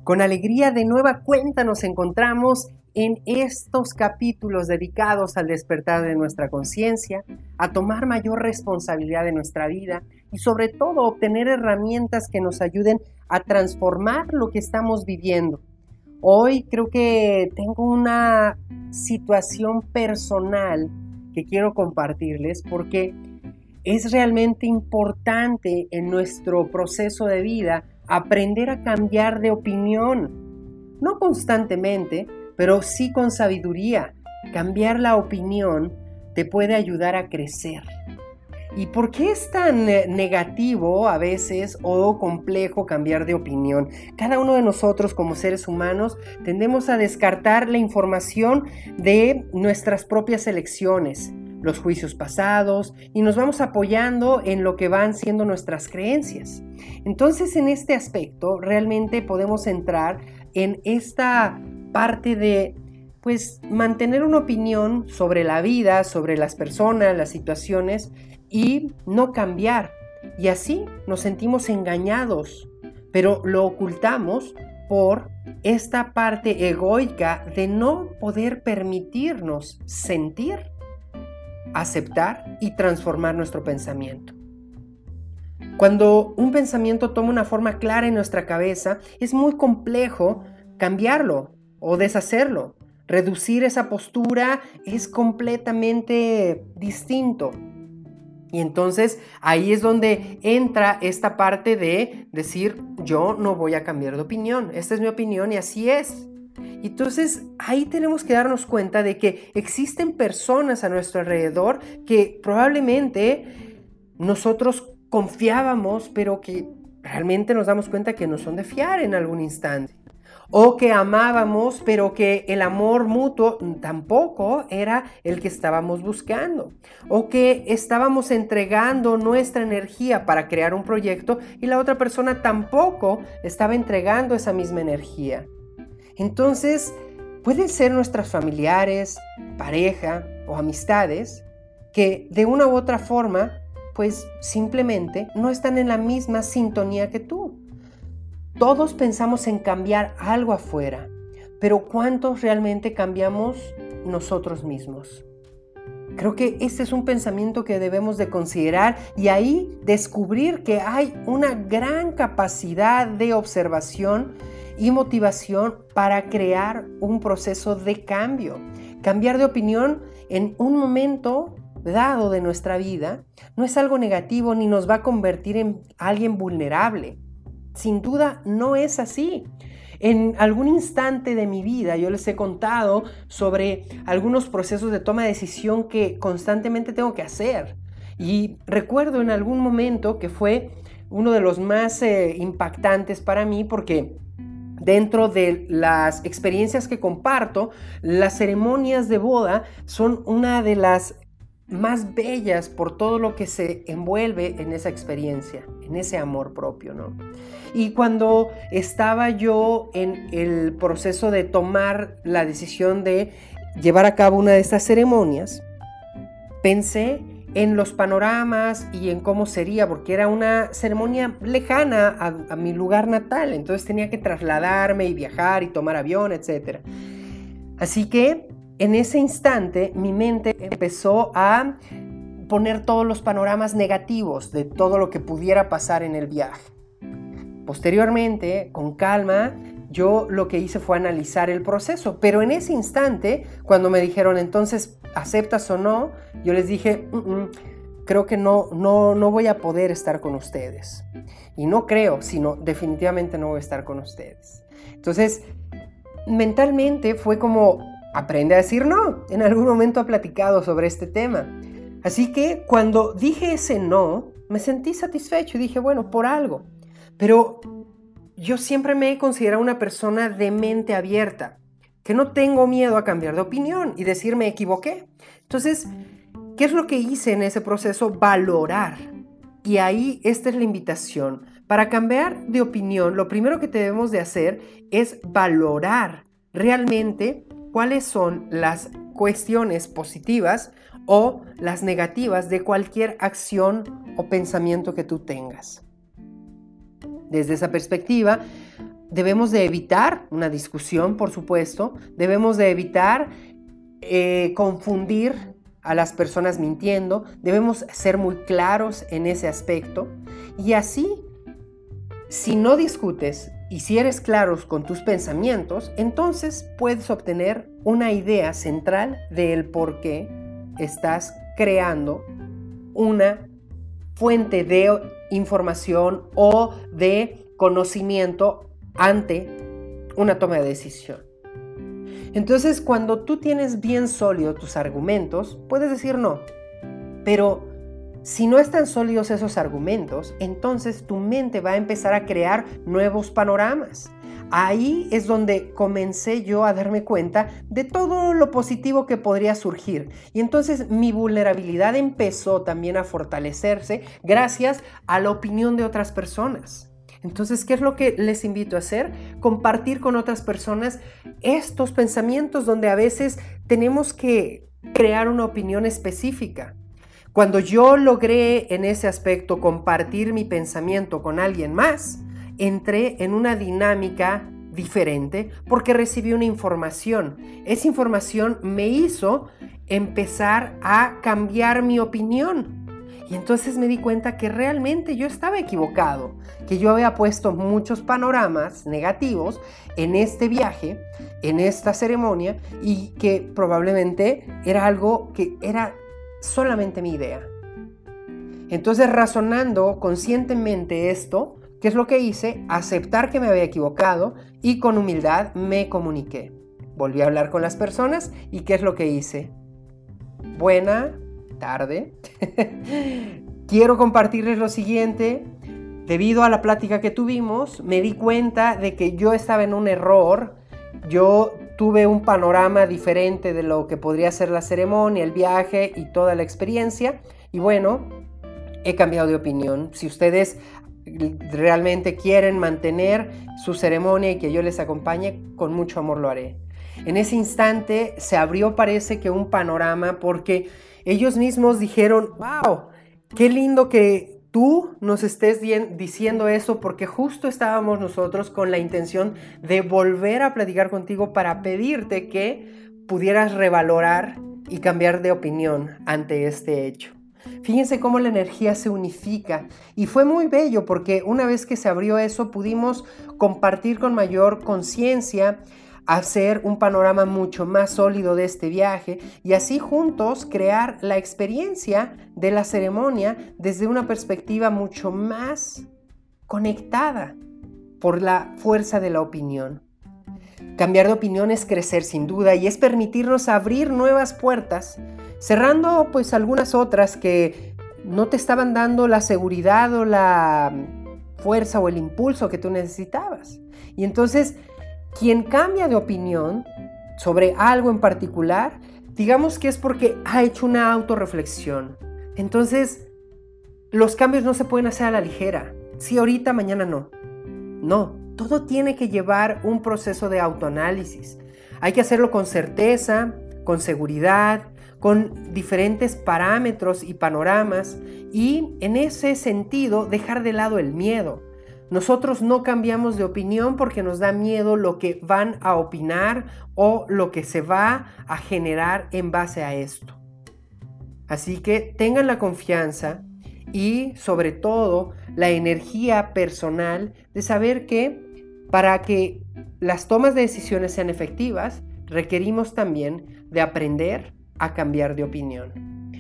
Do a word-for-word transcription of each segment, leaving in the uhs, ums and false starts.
Con alegría de nueva cuenta nos encontramos en estos capítulos dedicados al despertar de nuestra conciencia, a tomar mayor responsabilidad de nuestra vida y sobre todo obtener herramientas que nos ayuden a transformar lo que estamos viviendo. Hoy creo que tengo una situación personal que quiero compartirles porque es realmente importante en nuestro proceso de vida aprender a cambiar de opinión. No constantemente, pero sí con sabiduría. Cambiar la opinión te puede ayudar a crecer. ¿Y por qué es tan negativo a veces o complejo cambiar de opinión? Cada uno de nosotros como seres humanos tendemos a descartar la información de nuestras propias elecciones, los juicios pasados, y nos vamos apoyando en lo que van siendo nuestras creencias. Entonces, en este aspecto realmente podemos entrar en esta parte de pues mantener una opinión sobre la vida, sobre las personas, las situaciones y no cambiar. Y así nos sentimos engañados, pero lo ocultamos por esta parte egoica de no poder permitirnos sentir, aceptar y transformar nuestro pensamiento. Cuando un pensamiento toma una forma clara en nuestra cabeza, es muy complejo cambiarlo o deshacerlo. Reducir esa postura es completamente distinto. Y entonces ahí es donde entra esta parte de decir, yo no voy a cambiar de opinión, esta es mi opinión y así es. Entonces ahí tenemos que darnos cuenta de que existen personas a nuestro alrededor que probablemente nosotros confiábamos, pero que realmente nos damos cuenta que no son de fiar en algún instante. O que amábamos, pero que el amor mutuo tampoco era el que estábamos buscando. O que estábamos entregando nuestra energía para crear un proyecto y la otra persona tampoco estaba entregando esa misma energía. Entonces, pueden ser nuestros familiares, pareja o amistades que de una u otra forma, pues simplemente no están en la misma sintonía que tú. Todos pensamos en cambiar algo afuera, pero ¿cuántos realmente cambiamos nosotros mismos? Creo que este es un pensamiento que debemos de considerar y ahí descubrir que hay una gran capacidad de observación y motivación para crear un proceso de cambio. Cambiar de opinión en un momento dado de nuestra vida no es algo negativo ni nos va a convertir en alguien vulnerable. Sin duda no es así. En algún instante de mi vida yo les he contado sobre algunos procesos de toma de decisión que constantemente tengo que hacer. Y recuerdo en algún momento que fue uno de los más eh, impactantes para mí porque dentro de las experiencias que comparto, las ceremonias de boda son una de las más bellas por todo lo que se envuelve en esa experiencia, en ese amor propio, ¿no? Y cuando estaba yo en el proceso de tomar la decisión de llevar a cabo una de estas ceremonias, pensé en los panoramas y en cómo sería, porque era una ceremonia lejana a, a mi lugar natal, entonces tenía que trasladarme y viajar y tomar avión, etcétera. Así que en ese instante mi mente empezó a poner todos los panoramas negativos de todo lo que pudiera pasar en el viaje. Posteriormente, con calma, yo lo que hice fue analizar el proceso, pero en ese instante, cuando me dijeron entonces, ¿aceptas o no? Yo les dije, mm-mm, creo que no, no, no voy a poder estar con ustedes. Y no creo, sino definitivamente no voy a estar con ustedes. Entonces, mentalmente fue como, aprende a decir no. En algún momento he platicado sobre este tema. Así que cuando dije ese no, me sentí satisfecho y dije, bueno, por algo. Pero yo siempre me he considerado una persona de mente abierta, que no tengo miedo a cambiar de opinión y decir me equivoqué. Entonces, ¿qué es lo que hice en ese proceso? Valorar. Y ahí esta es la invitación. Para cambiar de opinión, lo primero que debemos de hacer es valorar realmente cuáles son las cuestiones positivas o las negativas de cualquier acción o pensamiento que tú tengas. Desde esa perspectiva, debemos de evitar una discusión, por supuesto. Debemos de evitar eh, confundir a las personas mintiendo. Debemos ser muy claros en ese aspecto. Y así, si no discutes y si eres claro con tus pensamientos, entonces puedes obtener una idea central del por qué estás creando una fuente de información o de conocimiento ante una toma de decisión. Entonces, cuando tú tienes bien sólidos tus argumentos, puedes decir no. Pero si no están sólidos esos argumentos, entonces tu mente va a empezar a crear nuevos panoramas. Ahí es donde comencé yo a darme cuenta de todo lo positivo que podría surgir. Y entonces mi vulnerabilidad empezó también a fortalecerse gracias a la opinión de otras personas. Entonces, ¿qué es lo que les invito a hacer? Compartir con otras personas estos pensamientos donde a veces tenemos que crear una opinión específica. Cuando yo logré en ese aspecto compartir mi pensamiento con alguien más, entré en una dinámica diferente porque recibí una información. Esa información me hizo empezar a cambiar mi opinión. Y entonces me di cuenta que realmente yo estaba equivocado, que yo había puesto muchos panoramas negativos en este viaje, en esta ceremonia, y que probablemente era algo que era solamente mi idea. Entonces, razonando conscientemente esto, ¿qué es lo que hice? Aceptar que me había equivocado y con humildad me comuniqué. Volví a hablar con las personas y ¿qué es lo que hice? Buena tarde. Quiero compartirles lo siguiente. Debido a la plática que tuvimos, me di cuenta de que yo estaba en un error. Yo tuve un panorama diferente de lo que podría ser la ceremonia, el viaje y toda la experiencia. Y bueno, he cambiado de opinión. Si ustedes realmente quieren mantener su ceremonia y que yo les acompañe, con mucho amor lo haré. En ese instante se abrió, parece que un panorama, porque ellos mismos dijeron, wow, qué lindo que tú nos estés diciendo eso, porque justo estábamos nosotros con la intención de volver a platicar contigo para pedirte que pudieras revalorar y cambiar de opinión ante este hecho. Fíjense cómo la energía se unifica y fue muy bello porque una vez que se abrió eso pudimos compartir con mayor conciencia, hacer un panorama mucho más sólido de este viaje y así juntos crear la experiencia de la ceremonia desde una perspectiva mucho más conectada por la fuerza de la opinión. Cambiar de opinión es crecer sin duda y es permitirnos abrir nuevas puertas, cerrando pues algunas otras que no te estaban dando la seguridad o la fuerza o el impulso que tú necesitabas. Y entonces, quien cambia de opinión sobre algo en particular, digamos que es porque ha hecho una autorreflexión. Entonces, los cambios no se pueden hacer a la ligera. Sí, ahorita, mañana no. No, todo tiene que llevar un proceso de autoanálisis. Hay que hacerlo con certeza, con seguridad, con diferentes parámetros y panoramas y en ese sentido dejar de lado el miedo. Nosotros no cambiamos de opinión porque nos da miedo lo que van a opinar o lo que se va a generar en base a esto. Así que tengan la confianza y sobre todo la energía personal de saber que para que las tomas de decisiones sean efectivas, requerimos también de aprender a cambiar de opinión.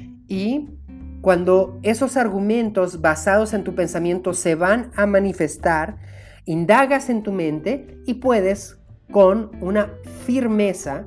Y cuando esos argumentos basados en tu pensamiento se van a manifestar, indagas en tu mente y puedes con una firmeza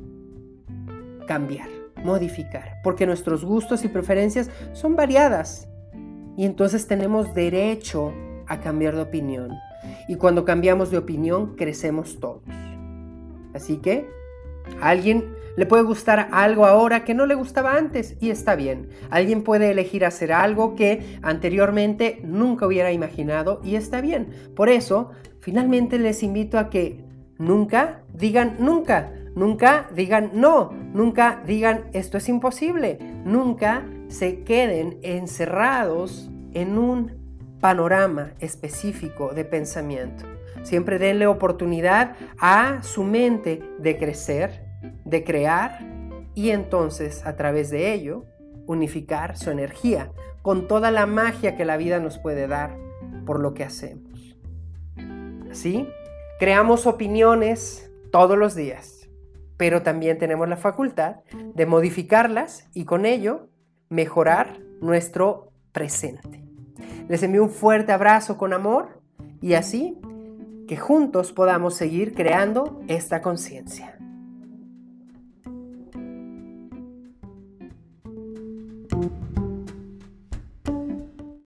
cambiar, modificar, porque nuestros gustos y preferencias son variadas y entonces tenemos derecho a cambiar de opinión. Y cuando cambiamos de opinión, crecemos todos. Así que a alguien le puede gustar algo ahora que no le gustaba antes y está bien. Alguien puede elegir hacer algo que anteriormente nunca hubiera imaginado y está bien. Por eso, finalmente les invito a que nunca digan nunca. Nunca digan no. Nunca digan esto es imposible. Nunca se queden encerrados en un panorama específico de pensamiento. Siempre denle oportunidad a su mente de crecer, de crear y entonces a través de ello unificar su energía con toda la magia que la vida nos puede dar por lo que hacemos. Así, creamos opiniones todos los días, pero también tenemos la facultad de modificarlas y con ello mejorar nuestro presente. Les envío un fuerte abrazo con amor y así que juntos podamos seguir creando esta conciencia.